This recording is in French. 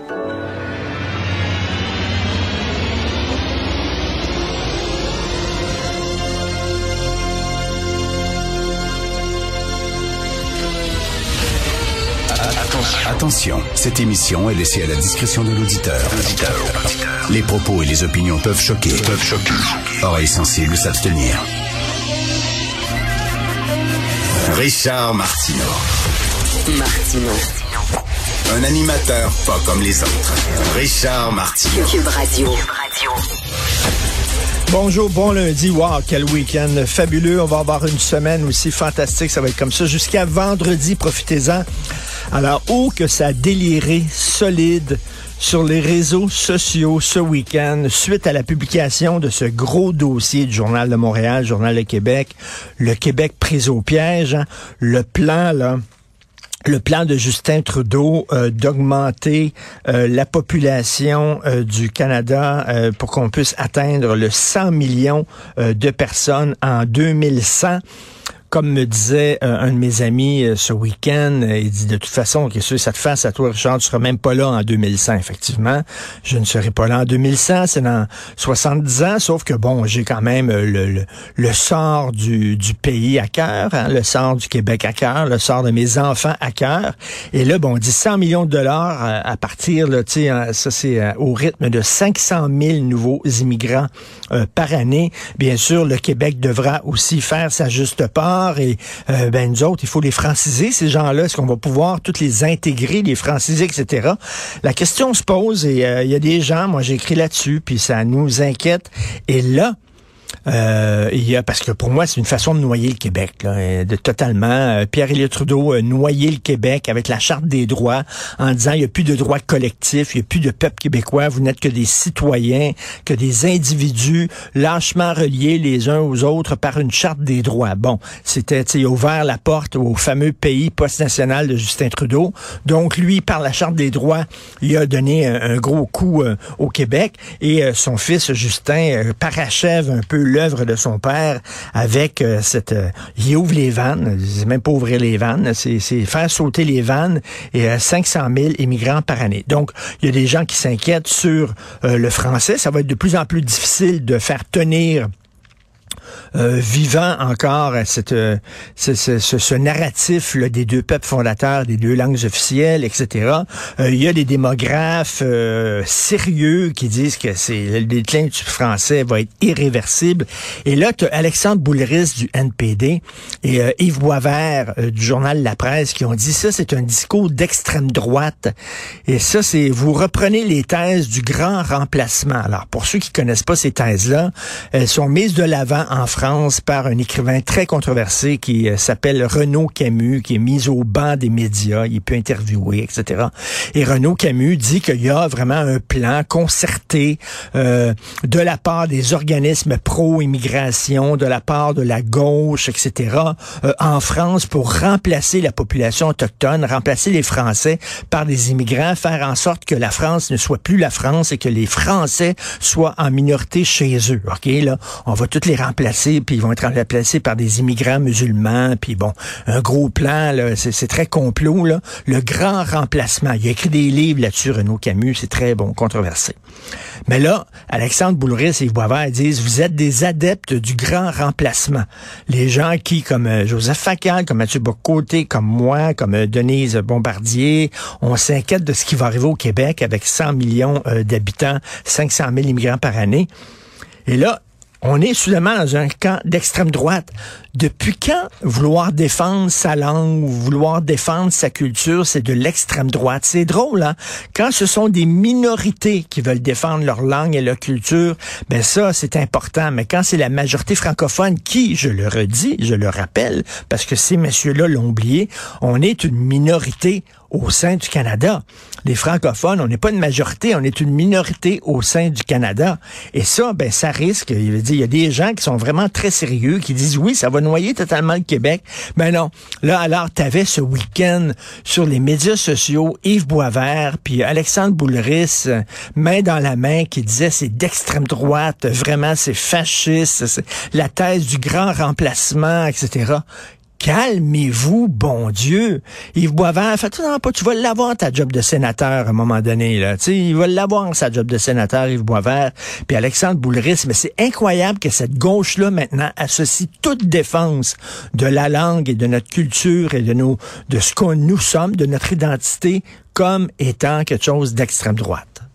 Attention, cette émission est laissée à la discrétion de l'auditeur. Les propos et les opinions peuvent choquer. Oreilles sensibles s'abstenir. Richard Martineau. Un animateur pas comme les autres. Richard Martineau. Cube Radio. Bonjour, bon lundi. Wow, quel week-end fabuleux. On va avoir une semaine aussi fantastique. Ça va être comme ça jusqu'à vendredi. Profitez-en. Alors, que ça a déliré solide sur les réseaux sociaux ce week-end, suite à la publication de ce gros dossier du Journal de Montréal, Journal de Québec, le Québec pris au piège, hein, le plan de Justin Trudeau d'augmenter la population du Canada pour qu'on puisse atteindre le 100 millions de personnes en 2100. Comme me disait un de mes amis ce week-end, il dit de toute façon, qu'est-ce que ça te fasse à toi, Richard, tu seras même pas là en 2100. Effectivement, je ne serai pas là en 2100, c'est dans 70 ans, sauf que bon, j'ai quand même le sort du pays à cœur, hein, le sort du Québec à cœur, le sort de mes enfants à cœur. Et là, bon, on dit 100 millions de dollars à partir, là, tu sais, ça c'est au rythme de 500 000 nouveaux immigrants par année. Bien sûr, le Québec devra aussi faire sa juste part. Et nous autres, il faut les franciser, ces gens-là. Est-ce qu'on va pouvoir toutes les intégrer, les franciser, etc.? La question se pose et il y a des gens, moi j'ai écrit là-dessus, puis ça nous inquiète. Et là, parce que pour moi, c'est une façon de noyer le Québec, là, totalement. Pierre-Éliott Trudeau noyer le Québec avec la Charte des droits en disant il n'y a plus de droits collectifs, il n'y a plus de peuple québécois, vous n'êtes que des citoyens, que des individus lâchement reliés les uns aux autres par une Charte des droits. Bon, il a ouvert la porte au fameux pays post-national de Justin Trudeau. Donc, lui, par la Charte des droits, il a donné un gros coup au Québec et son fils Justin parachève un peu l'œuvre de son père avec il ouvre les vannes, c'est même pas ouvrir les vannes, c'est faire sauter les vannes et 500 000 immigrants par année. Donc, il y a des gens qui s'inquiètent sur le français. Ça va être de plus en plus difficile de faire tenir vivant encore ce narratif là, des deux peuples fondateurs, des deux langues officielles, etc. Il y a des démographes sérieux qui disent que le déclin du français va être irréversible. Et là, tu as Alexandre Boulris du NPD et Yves Boisvert du journal La Presse qui ont dit ça, c'est un discours d'extrême droite. Et ça, vous reprenez les thèses du grand remplacement. Alors, pour ceux qui connaissent pas ces thèses-là, elles sont mises de l'avant en France par un écrivain très controversé qui s'appelle Renaud Camus, qui est mis au banc des médias, il peut interviewer, etc. Et Renaud Camus dit qu'il y a vraiment un plan concerté de la part des organismes pro-immigration, de la part de la gauche, etc. En France pour remplacer la population autochtone, remplacer les Français par des immigrants, faire en sorte que la France ne soit plus la France et que les Français soient en minorité chez eux. OK, là, on va tous les remplacer, puis ils vont être remplacés par des immigrants musulmans, puis bon, un gros plan, là, c'est très complot, là. Le grand remplacement. Il a écrit des livres là-dessus, Renaud Camus, c'est très bon, controversé. Mais là, Alexandre Boulris et Yves Boisvert disent, vous êtes des adeptes du grand remplacement. Les gens qui, comme Joseph Facal, comme Mathieu Bock-Côté, comme moi, comme Denise Bombardier, on s'inquiète de ce qui va arriver au Québec avec 100 millions d'habitants, 500 000 immigrants par année. Et là, on est soudainement dans un camp d'extrême droite. Depuis quand vouloir défendre sa langue, vouloir défendre sa culture, c'est de l'extrême droite? C'est drôle, hein? Quand ce sont des minorités qui veulent défendre leur langue et leur culture, ben ça, c'est important. Mais quand c'est la majorité francophone qui, je le redis, je le rappelle, parce que ces messieurs-là l'ont oublié, on est une minorité au sein du Canada. Les francophones, on n'est pas une majorité, on est une minorité au sein du Canada. Et ça, ben, ça risque, il y a des gens qui sont vraiment très sérieux, qui disent oui, ça va noyer totalement le Québec. Ben non. Là, alors, t'avais ce week-end sur les médias sociaux, Yves Boisvert, puis Alexandre Boulris, main dans la main, qui disait c'est d'extrême droite, vraiment c'est fasciste, c'est la thèse du grand remplacement, etc. calmez-vous, bon Dieu. Yves Boisvert, fais-toi pas, tu vas l'avoir ta job de sénateur à un moment donné, là. Tu sais, il va l'avoir sa job de sénateur, Yves Boisvert, puis Alexandre Boulris, mais c'est incroyable que cette gauche-là, maintenant, associe toute défense de la langue et de notre culture et de ce qu'on nous sommes, de notre identité, comme étant quelque chose d'extrême droite.